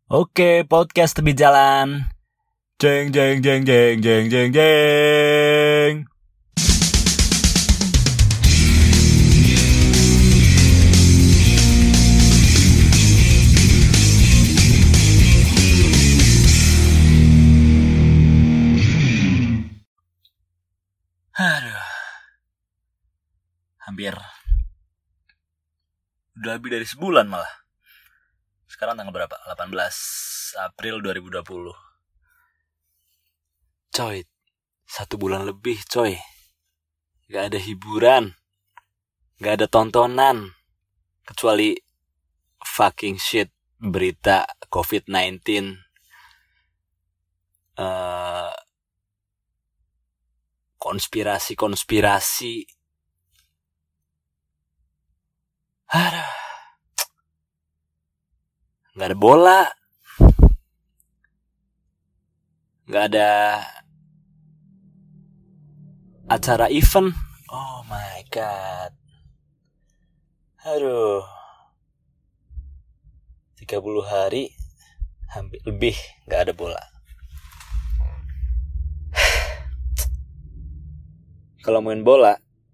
Oke, podcast tepi jalan. Jeng jeng jeng jeng jeng jeng jeng. Aduh. Hampir udah lebih dari sebulan malah. Sekarang tanggal berapa? 18 April 2020. Coy, 1 bulan lebih coy. Gak ada hiburan, gak ada tontonan, kecuali fucking shit berita COVID-19. Konspirasi. Aduh. Gak ada bola, gak ada acara event. Oh my god. Aduh. 30 hari hampir lebih gak ada bola. Kalau main bola,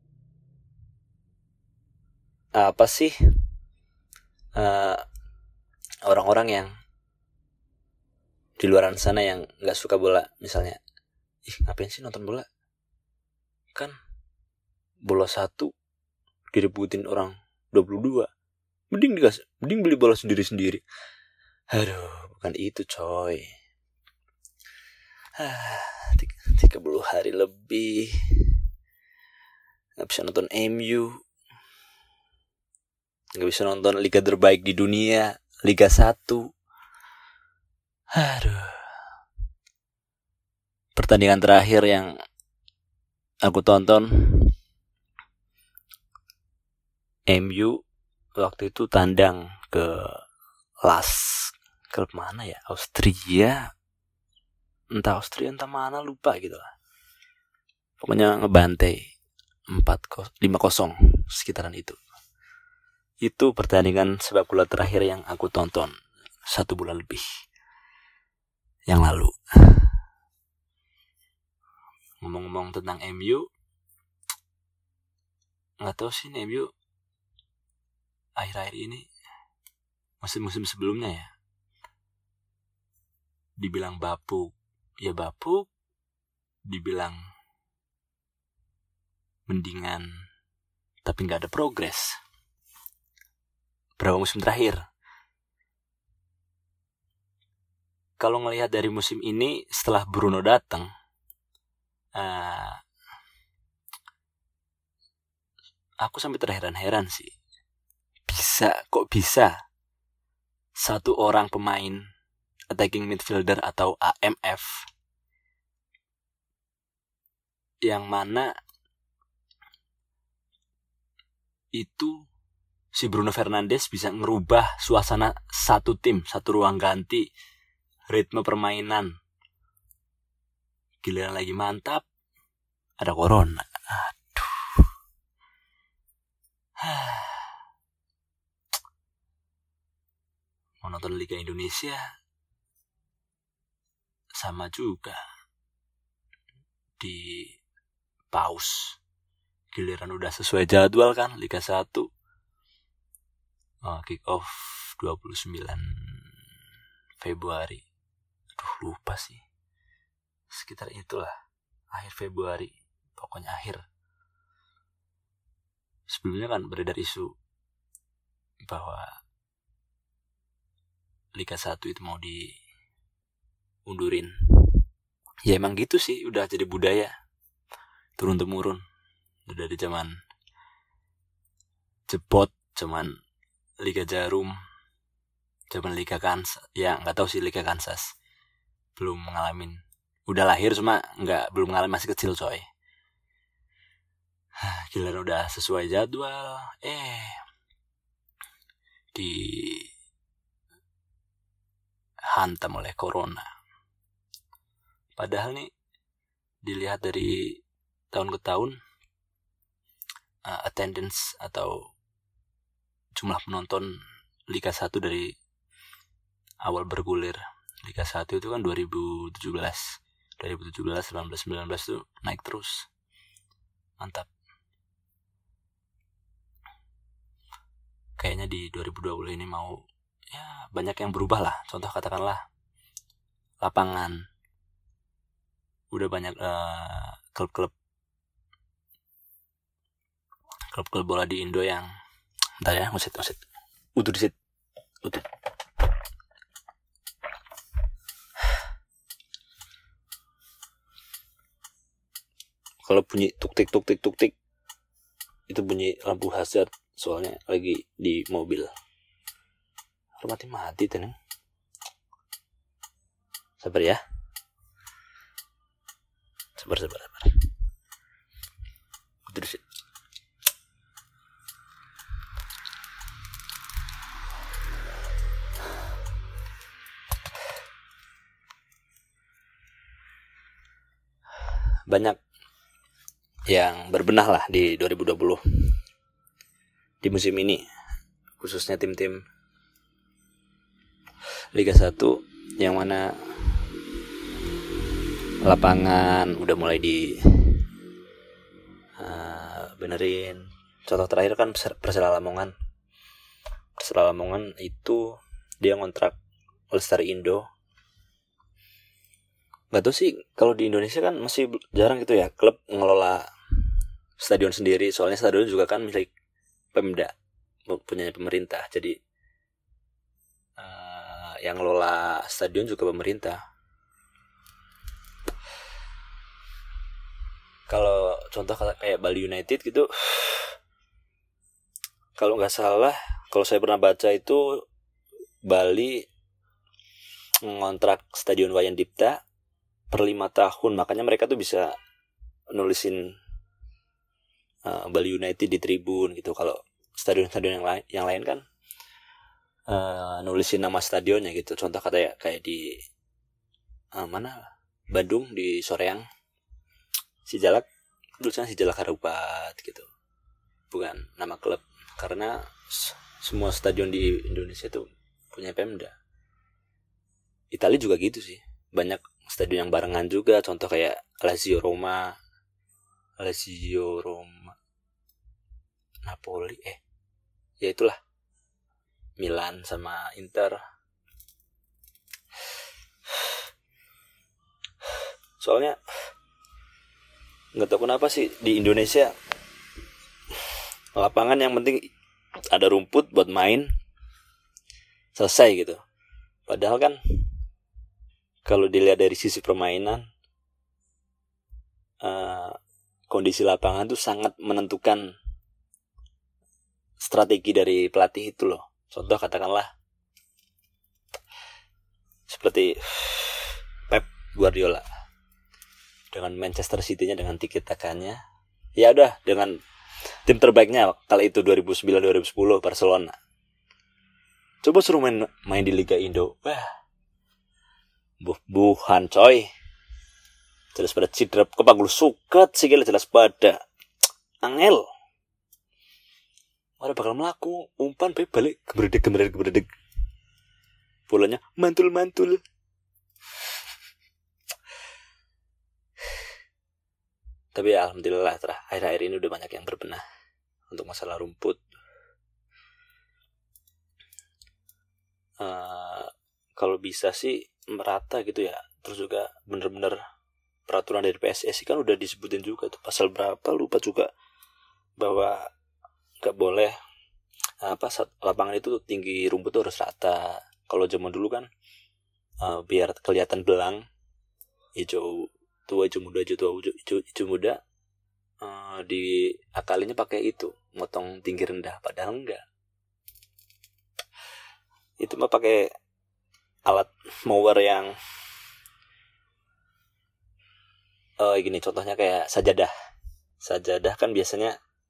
apa sih orang-orang yang di luaran sana yang gak suka bola, misalnya, ngapain sih nonton bola? Kan bola 1 direbutin orang 22. Mending beli bola sendiri-sendiri. Aduh, bukan itu coy. 30 hari lebih gak bisa nonton MU, gak bisa nonton liga terbaik di dunia, Liga 1. Aduh. Pertandingan terakhir yang aku tonton, MU waktu itu tandang ke klub mana ya? Austria entah mana, lupa gitu lah. Pokoknya ngebantai 5-0 sekitaran itu. Itu pertandingan sepak bola terakhir yang aku tonton 1 bulan lebih yang lalu. Ngomong-ngomong tentang MU, nggak tahu sih MU akhir-akhir ini, musim-musim sebelumnya ya, dibilang bapuk, ya bapuk, dibilang mendingan, tapi nggak ada progres. Berapa musim terakhir? Kalau ngelihat dari musim ini setelah Bruno datang, aku sampai terheran-heran sih. Kok bisa satu orang pemain attacking midfielder atau AMF yang mana itu si Bruno Fernandes bisa ngerubah suasana satu tim, satu ruang ganti, ritme permainan. Giliran lagi mantap, ada corona. Aduh. Mau nonton Liga Indonesia sama juga, di pause. Giliran udah sesuai jadwal kan, Liga 1 kick off 29 Februari. Aduh, lupa sih. Sekitar itulah, akhir Februari, pokoknya akhir. Sebelumnya kan beredar isu bahwa Liga 1 itu mau diundurin. Ya emang gitu sih, udah jadi budaya turun-temurun. Udah dari zaman Jepot, zaman Liga Jarum, zaman Liga Kansas. Ya nggak tahu sih Liga Kansas, belum ngalamin. Udah lahir cuma belum ngalamin, masih kecil coy. Giliran udah sesuai jadwal, dihantam oleh corona. Padahal nih, dilihat dari tahun ke tahun, attendance atau jumlah penonton Liga 1 dari awal bergulir Liga 1 itu kan 2017, 18, 19 tuh naik terus. Mantap. Kayaknya di 2020 ini mau ya banyak yang berubah lah. Contoh katakanlah lapangan. Udah banyak klub-klub bola di Indo yang bentar ya, usit. Kalau bunyi tuk-tik itu bunyi lampu hazard, soalnya lagi di mobil. Mati tenang. Sabar ya. Sabar. Terus banyak yang berbenah lah di 2020 di musim ini, khususnya tim-tim Liga 1 yang mana lapangan udah mulai di benerin. Contoh terakhir kan Persela Lamongan itu dia ngontrak Lestari Indo. Gak tau sih, kalau di Indonesia kan masih jarang gitu ya klub ngelola stadion sendiri, soalnya stadion juga kan milik Pemda, punya pemerintah. Jadi yang ngelola stadion juga pemerintah. Kalau contoh kayak Bali United gitu, kalau nggak salah, kalau saya pernah baca itu Bali ngontrak Stadion Wayan Dipta per 5 tahun, makanya mereka tuh bisa nulisin Bali United di tribun gitu. Kalau stadion-stadion yang lain kan nulisin nama stadionnya gitu. Contoh kayak di Bandung di Soreang, Sijalak, tulisannya Sijalak Harupat gitu, bukan nama klub, karena semua stadion di Indonesia itu punya Pemda. Italia juga gitu sih, banyak stadion yang barengan juga. Contoh kayak Lazio Roma, Napoli, ya itulah, Milan sama Inter. Soalnya nggak tahu kenapa sih di Indonesia lapangan yang penting ada rumput buat main, selesai gitu. Padahal kan kalau dilihat dari sisi permainan, kondisi lapangan tuh sangat menentukan strategi dari pelatih itu loh. Contoh katakanlah seperti Pep Guardiola dengan Manchester City-nya, dengan tiki-takanya, ya udah, dengan tim terbaiknya kala itu 2009-2010 Barcelona. Coba suruh main di Liga Indo, buhan coy, jelas pada cedera, kepanggul suket sih, jelas pada angel. Ada bakal melaku umpan balik gebredek, bolanya mantul. Tapi ya, alhamdulillah akhir-akhir ini udah banyak yang berbenah untuk masalah rumput. Kalau bisa sih merata gitu ya. Terus juga bener-bener peraturan dari PSSI kan udah disebutin juga tuh, pasal berapa lupa juga, bahwa gak boleh lapangan itu tinggi rumput tuh harus rata. Kalau zaman dulu kan biar kelihatan belang, hijau tua, hijau muda, diakalinya pakai itu, motong tinggi rendah. Padahal enggak, itu mah pakai alat mower yang gini, contohnya kayak sajadah kan biasanya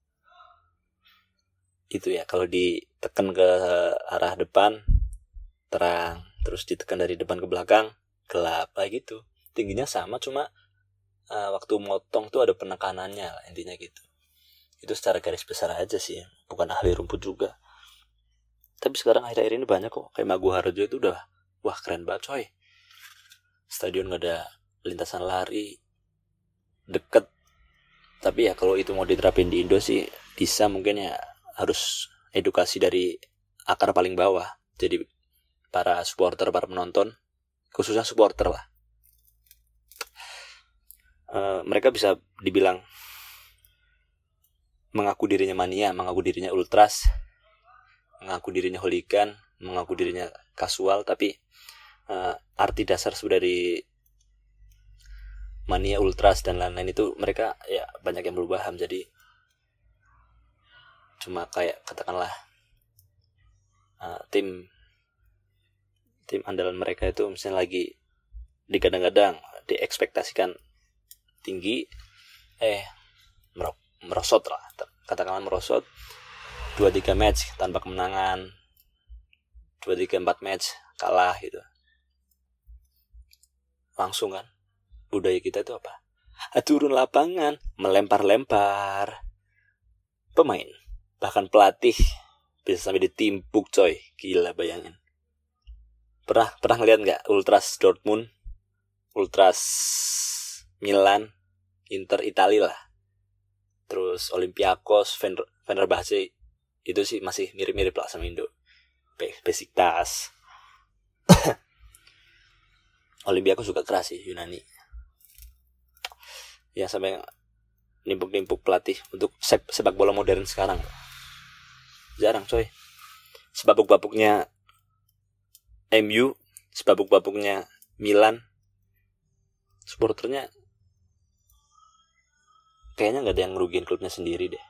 itu ya, kalau ditekan ke arah depan terang, terus ditekan dari depan ke belakang gelap, kayak gitu. Tingginya sama, cuma waktu motong tuh ada penekanannya lah, intinya gitu. Itu secara garis besar aja sih, bukan ahli rumput juga. Tapi sekarang akhir-akhir ini banyak kok, kayak Maguwo Harjo itu udah wah keren banget coy, stadion gak ada lintasan lari, deket. Tapi ya kalau itu mau diterapin di Indo sih bisa, mungkin ya harus edukasi dari akar paling bawah. Jadi para supporter, para penonton, khususnya supporter lah, mereka bisa dibilang mengaku dirinya mania, mengaku dirinya ultras, mengaku dirinya hooligan, mengaku dirinya kasual, tapi arti dasar dari mania, ultras dan lain-lain itu mereka ya banyak yang belum paham. Jadi cuma kayak katakanlah tim andalan mereka itu misalnya lagi digadang-gadang, diekspektasikan tinggi, merosot lah, katakanlah merosot 2-3 match tanpa kemenangan, 2-3-4 match kalah gitu, langsung kan budaya kita itu apa? Turun lapangan, melempar-lempar pemain, bahkan pelatih bisa sampai ditimpuk coy, gila bayangin. Pernah ngeliat nggak Ultras Dortmund, Ultras Milan, Inter Italia lah, terus Olympiakos, Fenerbahce, itu sih masih mirip-mirip lah sama Indo. Besiktas. Olympiakos juga keras sih, Yunani. Ya sampai nimpuk-nimpuk pelatih untuk sepak bola modern sekarang. Jarang coy. Sebabuk-babuknya MU, sebabuk-babuknya Milan, supporternya kayaknya gak ada yang ngerugiin klubnya sendiri deh.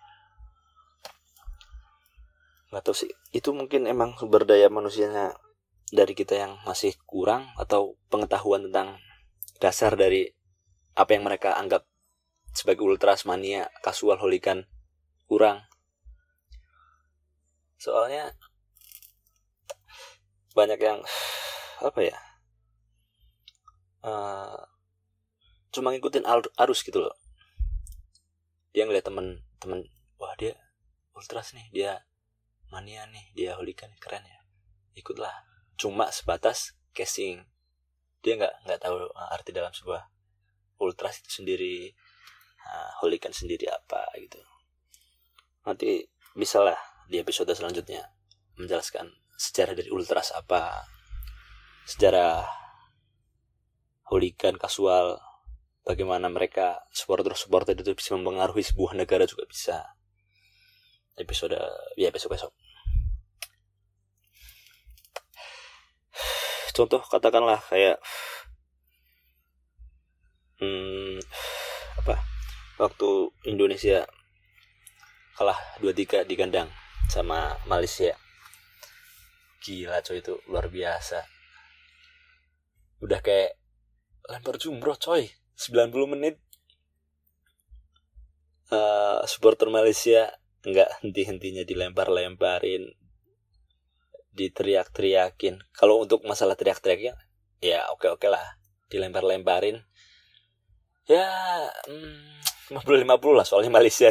Gak tahu sih, itu mungkin emang sumber daya manusianya dari kita yang masih kurang, atau pengetahuan tentang dasar dari apa yang mereka anggap sebagai ultras, mania, kasual, hooligan kurang. Soalnya banyak yang cuma ngikutin arus gitu loh. Dia ngeliat temen, wah dia ultras nih, dia mania nih, dia hooligan, keren ya, ikutlah. Cuma sebatas casing, dia nggak tahu arti dalam sebuah ultras itu sendiri, hooligan sendiri apa gitu. Nanti bisalah di episode selanjutnya menjelaskan sejarah dari ultras apa, sejarah hooligan, kasual, bagaimana mereka supporter itu bisa mempengaruhi sebuah negara juga bisa. Episode ya besok. Contoh katakanlah kayak waktu Indonesia kalah 2-3 di kandang sama Malaysia. Gila coy, itu luar biasa. Udah kayak lempar jumroh coy, 90 menit supporter Malaysia nggak henti-hentinya dilempar-lemparin, diteriak-teriakin. Kalau untuk masalah teriak-teriaknya ya oke lah, dilempar-lemparin ya 50-50 lah, soalnya Malaysia.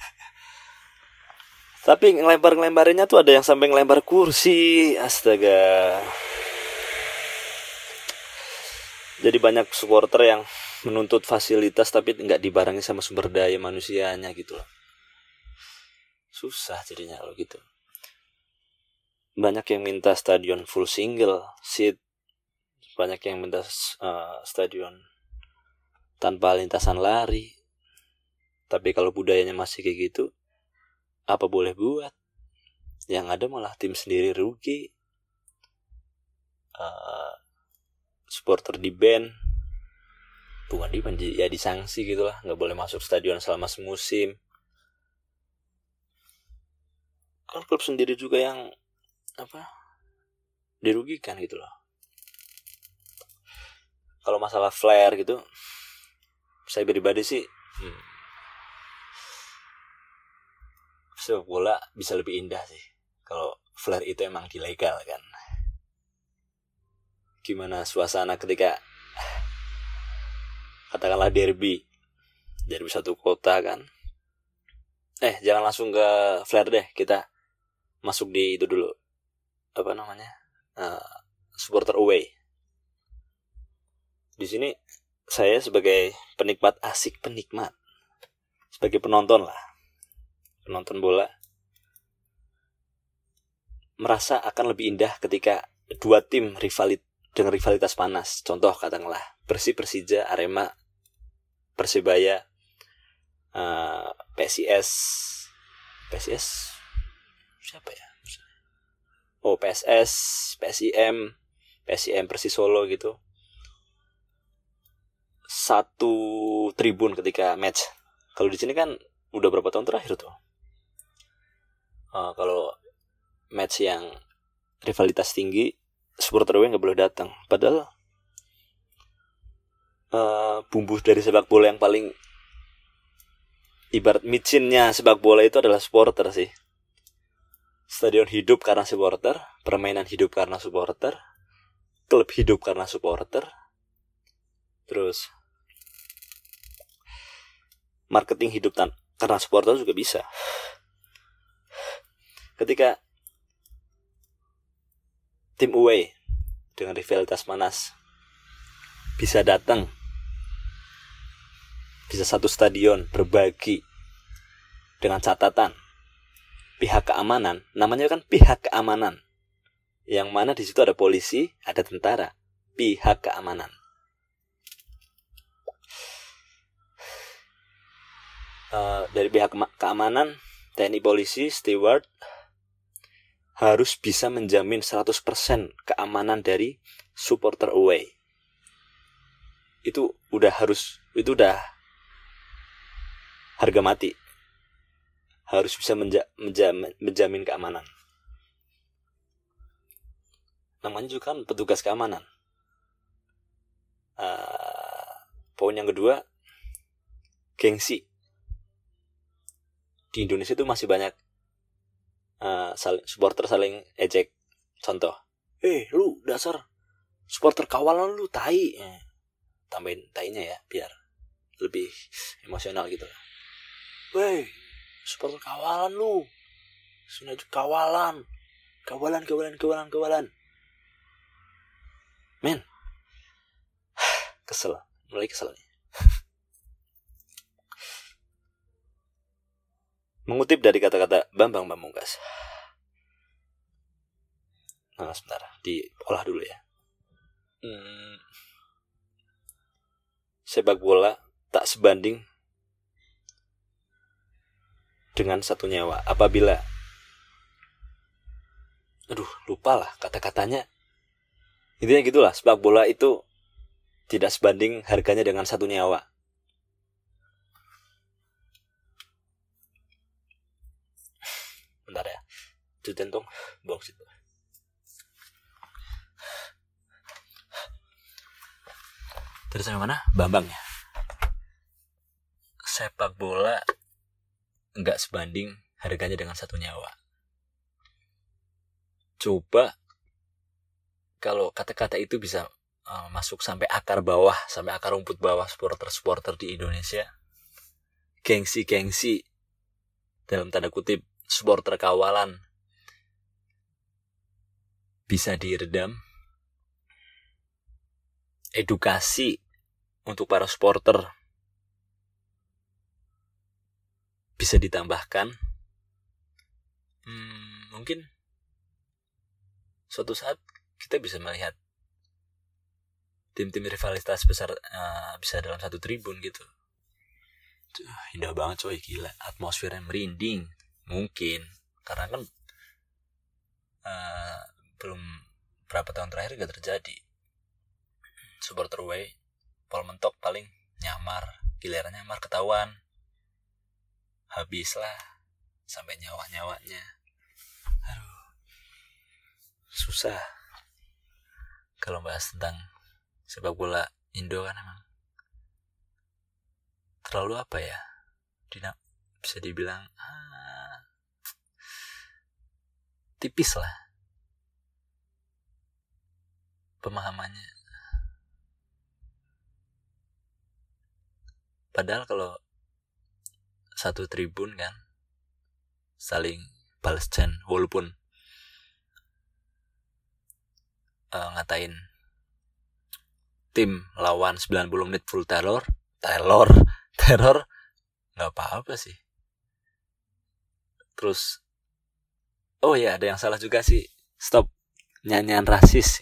Tapi ngelempar-ngelemparinnya tuh ada yang sampai ngelempar kursi, astaga. Jadi banyak supporter yang menuntut fasilitas tapi nggak dibarengi sama sumber daya manusianya gitu loh. Susah jadinya kalau gitu. Banyak yang minta stadion full single seat, banyak yang minta stadion tanpa lintasan lari. Tapi kalau budayanya masih kayak gitu, apa boleh buat? Yang ada malah tim sendiri rugi, supporter di ban, bukan di ban ya disanksi gitulah, nggak boleh masuk stadion selama semusim. Kan klub sendiri juga yang dirugikan gitu loh. Kalau masalah flare gitu, saya pribadi sih sepak bola bisa lebih indah sih kalau flare itu emang dilegalkan. Gimana suasana ketika katakanlah derby satu kota kan, jangan langsung ke flare deh, kita masuk di itu dulu, supporter away. Di sini saya sebagai sebagai penonton bola, merasa akan lebih indah ketika dua tim dengan rivalitas panas. Contoh katakanlah Persija, Arema, Persebaya, PSIS siapa ya? PSS, PSIM Persis Solo gitu. Satu tribun ketika match. Kalau di sini kan udah berapa tahun terakhir tuh. Kalau match yang rivalitas tinggi, supporter away nggak boleh datang. Padahal bumbu dari sepak bola yang paling ibarat micinnya sepak bola itu adalah supporter sih. Stadion hidup karena supporter, permainan hidup karena supporter, klub hidup karena supporter, terus marketing hidup karena supporter juga bisa. Ketika tim away dengan rivalitas panas bisa datang, bisa satu stadion berbagi dengan catatan pihak keamanan, namanya kan pihak keamanan, yang mana di situ ada polisi, ada tentara, pihak keamanan. Dari pihak keamanan, TNI, polisi, steward harus bisa menjamin 100% keamanan dari supporter away. Itu udah harga mati. Harus bisa menjamin keamanan. Namanya juga kan petugas keamanan. Poin yang kedua, gengsi. Di Indonesia itu masih banyak supporter saling ejek. Contoh, lu dasar supporter kawalan lu tai. Tambahin tainya ya biar lebih emosional gitu. Supporter kawalan lu. Sunaju kawalan. Men. Mulai kesel nih. Mengutip dari kata-kata Bambang Pamungkas. Nah, sebentar, diolah dulu ya. Sepak bola tak sebanding dengan satu nyawa. Apabila lupa lah kata-katanya. Intinya gitulah, sepak bola itu tidak sebanding harganya dengan satu nyawa. Bentar ya, jentong buang situ. Terus sampai mana? Bambang ya. Sepak bola nggak sebanding harganya dengan satu nyawa. Coba kalau kata-kata itu bisa masuk sampai akar bawah, sampai akar rumput bawah supporter di Indonesia. Gengsi dalam tanda kutip supporter kawalan bisa diredam. Edukasi untuk para supporter bisa ditambahkan. Mungkin suatu saat kita bisa melihat tim-tim rivalitas besar bisa dalam satu tribun gitu. Indah banget coy, gila, atmosfernya merinding. Mungkin karena kan belum berapa tahun terakhir gak terjadi. Supporter away pol mentok paling nyamar, giliran nyamar ketahuan, habislah sampai nyawa-nyawanya. Susah kalau bahas tentang sepak bola Indo kan emang terlalu apa ya, bisa dibilang tipis lah pemahamannya. Padahal kalau satu tribun kan saling balas chant, walaupun ngatain tim lawan 90 menit full teror nggak apa-apa sih. Terus ada yang salah juga sih, stop nyanyian rasis,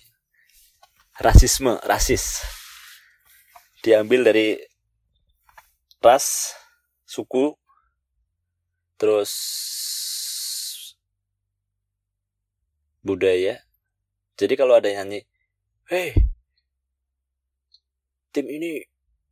rasis diambil dari ras, suku, terus budaya. Jadi kalau ada yang nyanyi, hey, tim ini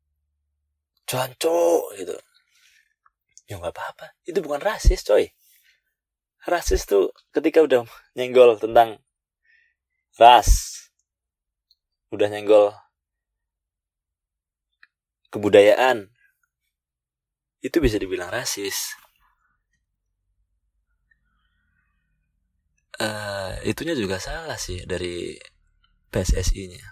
jancok gitu, ya nggak apa-apa, itu bukan rasis coy. Rasis tuh ketika udah nyenggol tentang ras, udah nyenggol kebudayaan, itu bisa dibilang rasis. Itunya juga salah sih dari PSSI-nya.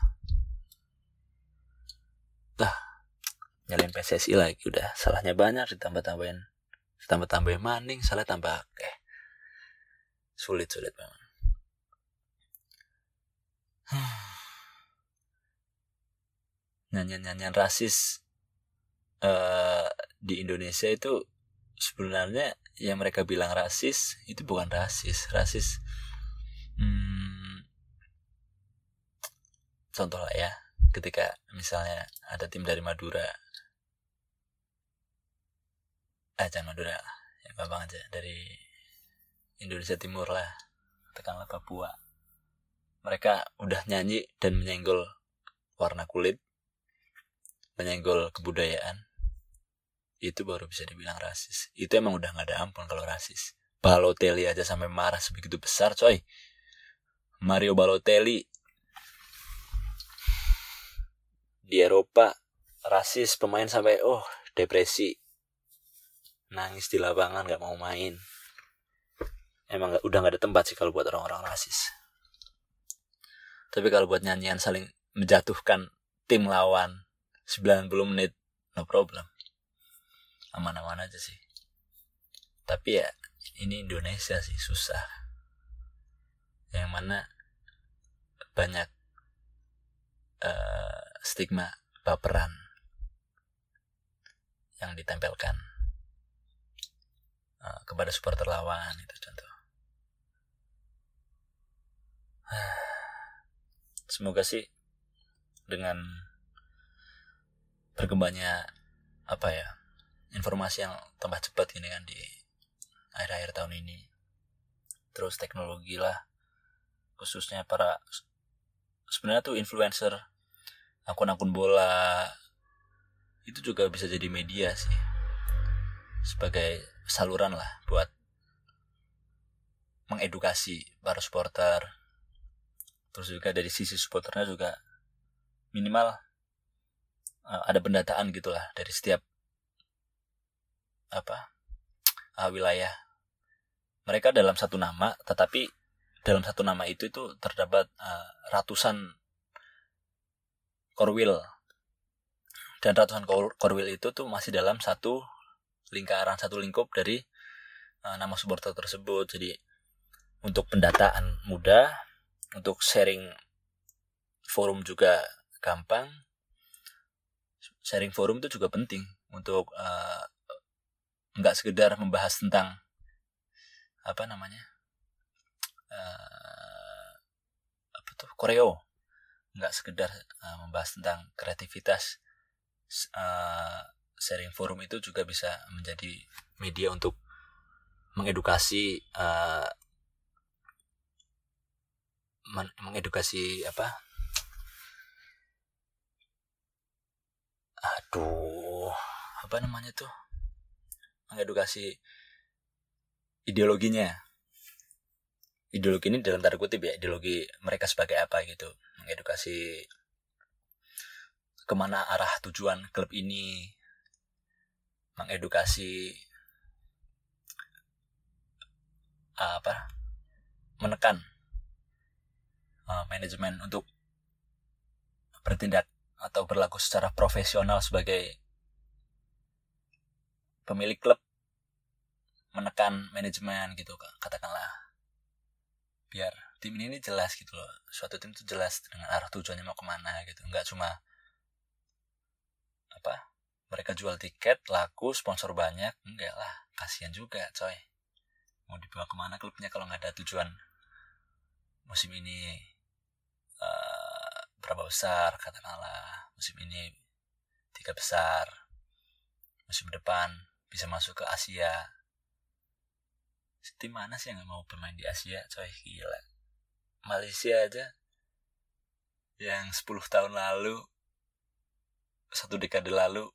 Nyalain PSSI lagi, udah salahnya banyak, ditambah-tambahin maning, salah tambah sulit memang. Nyanyian rasis di Indonesia itu sebenarnya yang mereka bilang rasis itu bukan rasis. Contoh lah ya, ketika misalnya ada tim dari Madura, jangan Madura, ya gampang aja, dari Indonesia Timur lah, katakanlah Papua, mereka udah nyanyi dan menyenggol warna kulit, menyenggol kebudayaan, itu baru bisa dibilang rasis. Itu emang udah gak ada ampun kalau rasis. Balotelli aja sampai marah sebegitu besar coy. Mario Balotelli di Eropa rasis, pemain sampai depresi, nangis di lapangan, gak mau main. Emang udah gak ada tempat sih kalau buat orang-orang rasis. Tapi kalau buat nyanyian saling menjatuhkan tim lawan 90 menit, no problem, aman-aman aja sih. Tapi ya ini Indonesia sih, susah, yang mana banyak stigma baperan yang ditempelkan kepada supporter lawan, itu contoh. Semoga sih dengan berkembangnya informasi yang tambah cepat gini kan di akhir-akhir tahun ini, terus teknologi lah, khususnya para sebenarnya tuh influencer, akun-akun bola, itu juga bisa jadi media sih, sebagai saluran lah buat mengedukasi para supporter. Terus juga dari sisi supporternya juga minimal ada pendataan gitulah dari setiap wilayah. Mereka dalam satu nama, tetapi dalam satu nama itu terdapat ratusan korwil, dan ratusan korwil itu tuh masih dalam satu lingkaran, satu lingkup dari nama supporter tersebut. Jadi untuk pendataan mudah, untuk sharing forum juga gampang. Sharing forum itu juga penting untuk nggak sekedar membahas tentang koreo, nggak sekedar membahas tentang kreativitas. Sharing forum itu juga bisa menjadi media untuk mengedukasi mengedukasi ideologinya. Ideologi ini dalam tanda kutip ya, ideologi mereka sebagai apa gitu, mengedukasi kemana arah tujuan klub ini, mengedukasi menekan manajemen untuk bertindak atau berlaku secara profesional sebagai pemilik klub, menekan manajemen gitu katakanlah, biar tim ini jelas gitu loh. Suatu tim itu jelas dengan arah tujuannya mau kemana gitu. Nggak cuma mereka jual tiket laku, sponsor banyak, enggak lah, kasihan juga coy. Mau dibawa kemana klubnya kalau nggak ada tujuan musim ini berapa besar, katakanlah musim ini 3 besar, musim depan bisa masuk ke Asia. Tim mana sih yang nggak mau bermain di Asia coy, gila. Malaysia aja yang 10 tahun lalu, 1 dekade lalu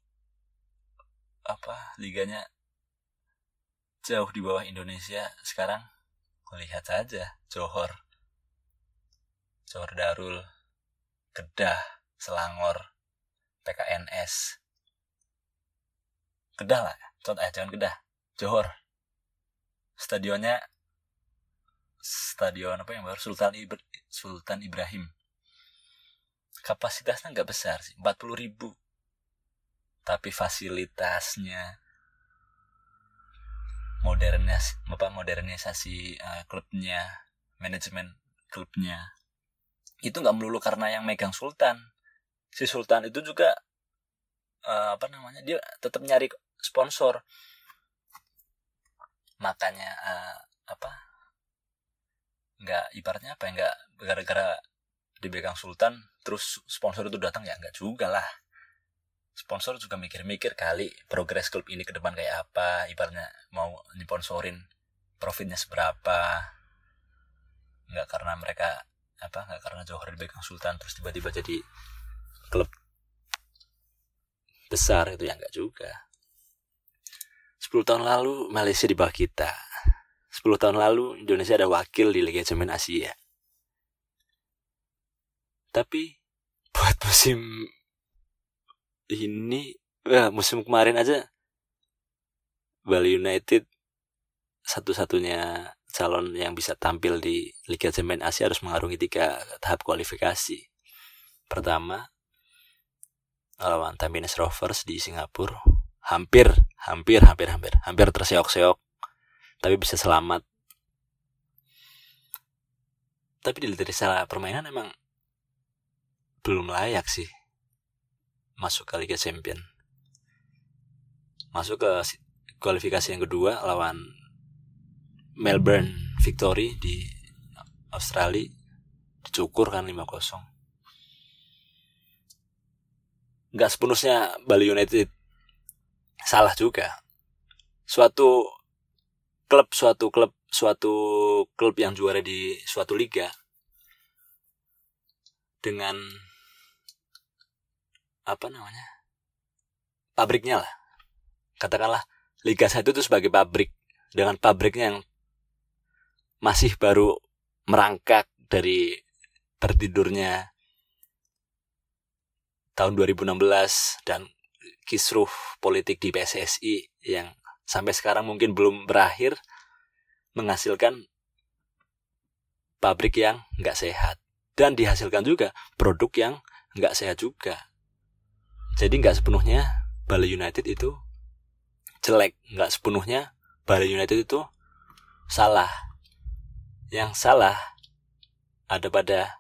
liganya jauh di bawah Indonesia, sekarang lihat saja Johor Darul, Kedah, Selangor, PKNS. Kedah lah, contoh jangan Kedah, Johor. Stadion yang baru Sultan Ibrahim. Kapasitasnya nggak besar sih, 40.000. Tapi fasilitasnya, modernisasi klubnya, manajemen klubnya, itu nggak melulu karena yang megang Sultan. Si Sultan itu juga dia tetap nyari sponsor. Makanya nggak ibaratnya nggak gara-gara dipegang Sultan terus sponsor itu datang, ya nggak juga lah. Sponsor juga mikir-mikir kali progres klub ini ke depan kayak apa, ibaratnya mau sponsorin profitnya seberapa. Nggak karena Johor dipegang Sultan terus tiba-tiba jadi klub besar, itu ya nggak juga. 10 tahun lalu Malaysia di bawah kita. 10 tahun lalu Indonesia ada wakil di Liga Champions Asia. Tapi buat musim kemarin aja Bali United satu-satunya calon yang bisa tampil di Liga Champions Asia harus mengarungi 3 tahap kualifikasi. Pertama lawan Tampines Rovers di Singapura, hampir terseok-seok tapi bisa selamat. Tapi dilihat dari salah permainan emang belum layak sih masuk ke Liga Champion. Masuk ke kualifikasi yang kedua lawan Melbourne Victory di Australia, dicukur kan 5-0. Nggak sepenuhnya Bali United salah juga. Suatu klub yang juara di suatu liga dengan pabriknya lah, katakanlah Liga 1 itu sebagai pabrik, dengan pabriknya yang masih baru merangkak dari tertidurnya tahun 2016 dan kisruh politik di PSSI yang sampai sekarang mungkin belum berakhir, menghasilkan pabrik yang nggak sehat dan dihasilkan juga produk yang nggak sehat juga. Jadi nggak sepenuhnya Bali United itu jelek, nggak sepenuhnya Bali United itu salah. Yang salah ada pada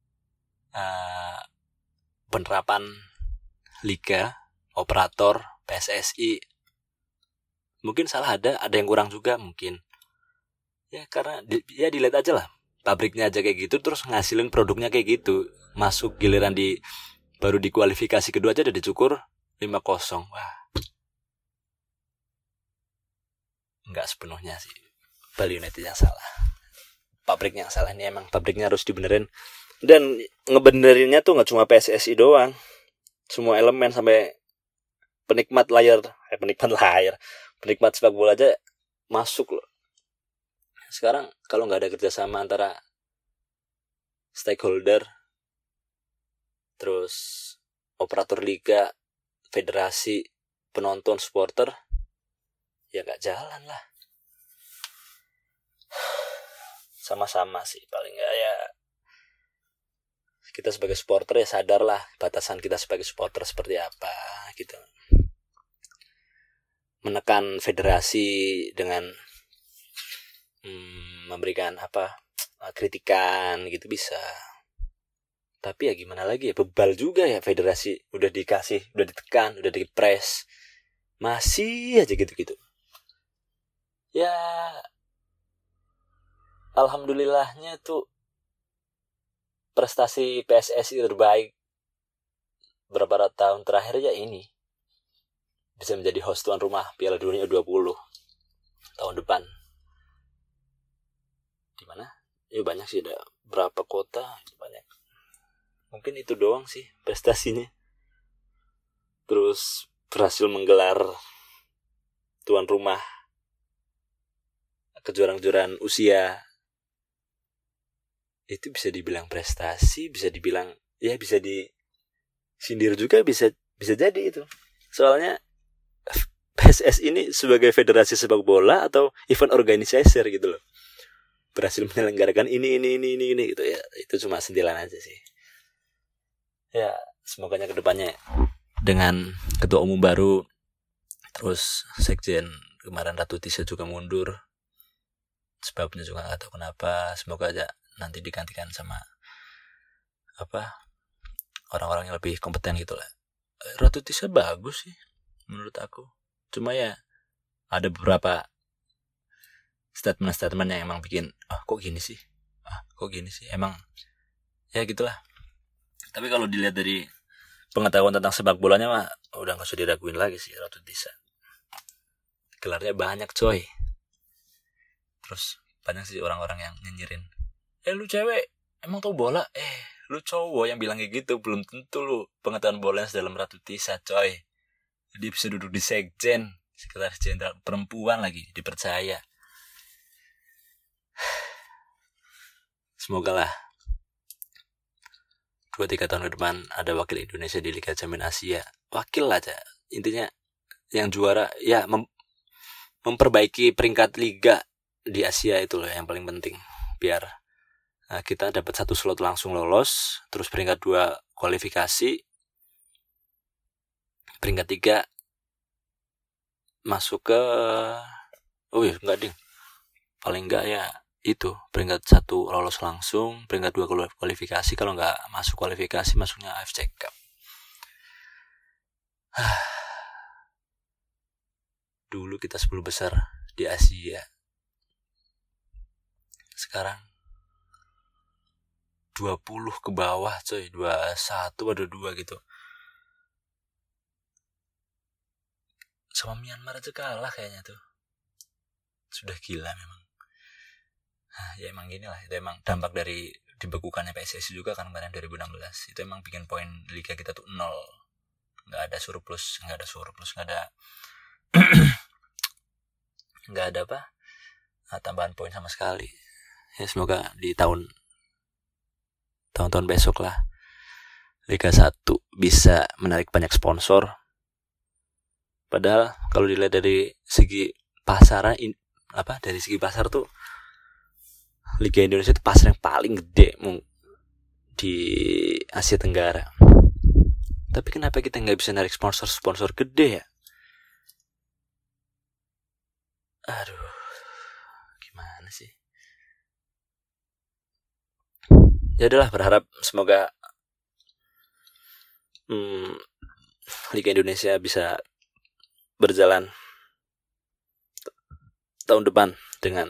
penerapan liga, operator, PSSI. Mungkin salah ada yang kurang juga mungkin. Ya karena dilihat aja lah, pabriknya aja kayak gitu terus ngasilin produknya kayak gitu. Masuk giliran baru di kualifikasi kedua aja udah dicukur 5-0. Wah. Enggak sepenuhnya sih Bali United yang salah. Pabriknya yang salah, ini emang pabriknya harus dibenerin. Dan ngebenerinnya tuh enggak cuma PSSI doang. Semua elemen sampai penikmat sepak bola aja masuk loh. Sekarang kalau enggak ada kerjasama antara stakeholder, terus operator liga, federasi, penonton, supporter, ya gak jalan lah. Sama-sama sih, paling gak ya kita sebagai supporter ya sadar lah batasan kita sebagai supporter seperti apa gitu. Menekan federasi dengan memberikan kritikan gitu bisa. Tapi ya gimana lagi ya, bebal juga ya federasi, udah dikasih, udah ditekan, udah dipres, masih aja gitu-gitu. Ya alhamdulillahnya tuh prestasi PSSI terbaik beberapa tahun terakhir ya ini bisa menjadi host tuan rumah Piala Dunia 20 tahun depan. Di mana? Ya banyak sih, ada berapa kota, banyak. Mungkin itu doang sih prestasinya. Terus berhasil menggelar tuan rumah kejuaraan-kejuaraan usia. Itu bisa dibilang prestasi, bisa dibilang ya bisa disindir juga, bisa jadi itu. Soalnya PSS ini sebagai federasi sepak bola atau event organizer gitu loh, berhasil menyelenggarakan ini gitu ya. Itu cuma sentilan aja sih. Ya semoga kedepannya dengan ketua umum baru, terus sekjen kemarin Ratu Tisa juga mundur, sebabnya juga nggak tahu kenapa. Semoga aja nanti digantikan sama orang-orang yang lebih kompeten gitu lah. Ratu Tisa bagus sih menurut aku, cuma ya ada beberapa statement yang emang bikin kok gini sih emang ya gitulah. Tapi kalau dilihat dari pengetahuan tentang sepak bolanya mah udah gak usah diraguin lagi sih Ratu Tisa. Gelarnya banyak coy. Terus banyak sih orang-orang yang nyinyirin, lu cewek emang tau bola, lu cowok yang bilang kayak gitu belum tentu lu pengetahuan bolanya sedalam Ratu Tisa coy. Dia bisa duduk di sekjen, sekretaris jenderal perempuan lagi, dipercaya. Semoga lah 2-3 tahun ke depan ada wakil Indonesia di Liga Champions Asia. Wakil aja, intinya yang juara ya, memperbaiki peringkat liga di Asia itu loh yang paling penting, biar kita dapat 1 slot langsung lolos, terus peringkat 2 kualifikasi, peringkat 3 masuk ke paling enggak ya itu peringkat 1 lolos langsung, peringkat 2 kualifikasi, kalau enggak masuk kualifikasi masuknya AFC Cup. Dulu kita 10 besar di Asia, sekarang 20 ke bawah coy, 21 ada 2 gitu. Sama Myanmar aja kalah kayaknya tuh. Sudah gila memang. Ya emang gini lah, itu emang dampak dari dibekukannya PSSI juga kan kemarin 2016. Itu emang bikin poin liga kita tuh 0. Gak ada surplus, gak ada gak ada tambahan poin sama sekali. Ya semoga di tahun-tahun besok lah Liga 1 bisa menarik banyak sponsor. Padahal kalau dilihat dari segi pasaran, dari segi pasar tuh Liga Indonesia itu pasar yang paling gede di Asia Tenggara. Tapi kenapa kita nggak bisa narik sponsor gede ya? Aduh, gimana sih? Ya udahlah, berharap semoga Liga Indonesia bisa berjalan tahun depan dengan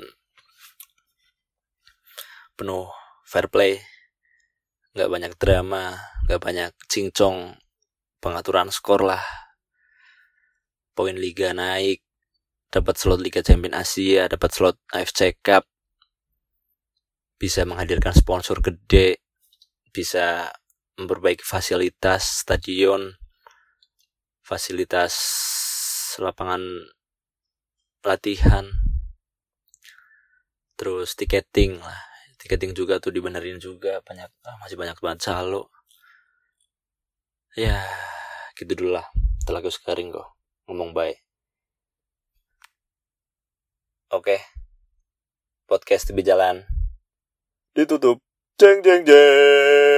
penuh fair play, gak banyak drama, gak banyak cincong, pengaturan skor lah, poin liga naik, dapat slot Liga Champions Asia, dapat slot AFC Cup, bisa menghadirkan sponsor gede, bisa memperbaiki fasilitas stadion, fasilitas lapangan latihan, terus tiketing juga tuh dibenerin juga, masih banyak banget calo. Ya gitu dulu lah, telah sekaring kok ngomong baik. Oke, podcast tepi jalan ditutup. Jeng jeng jeng.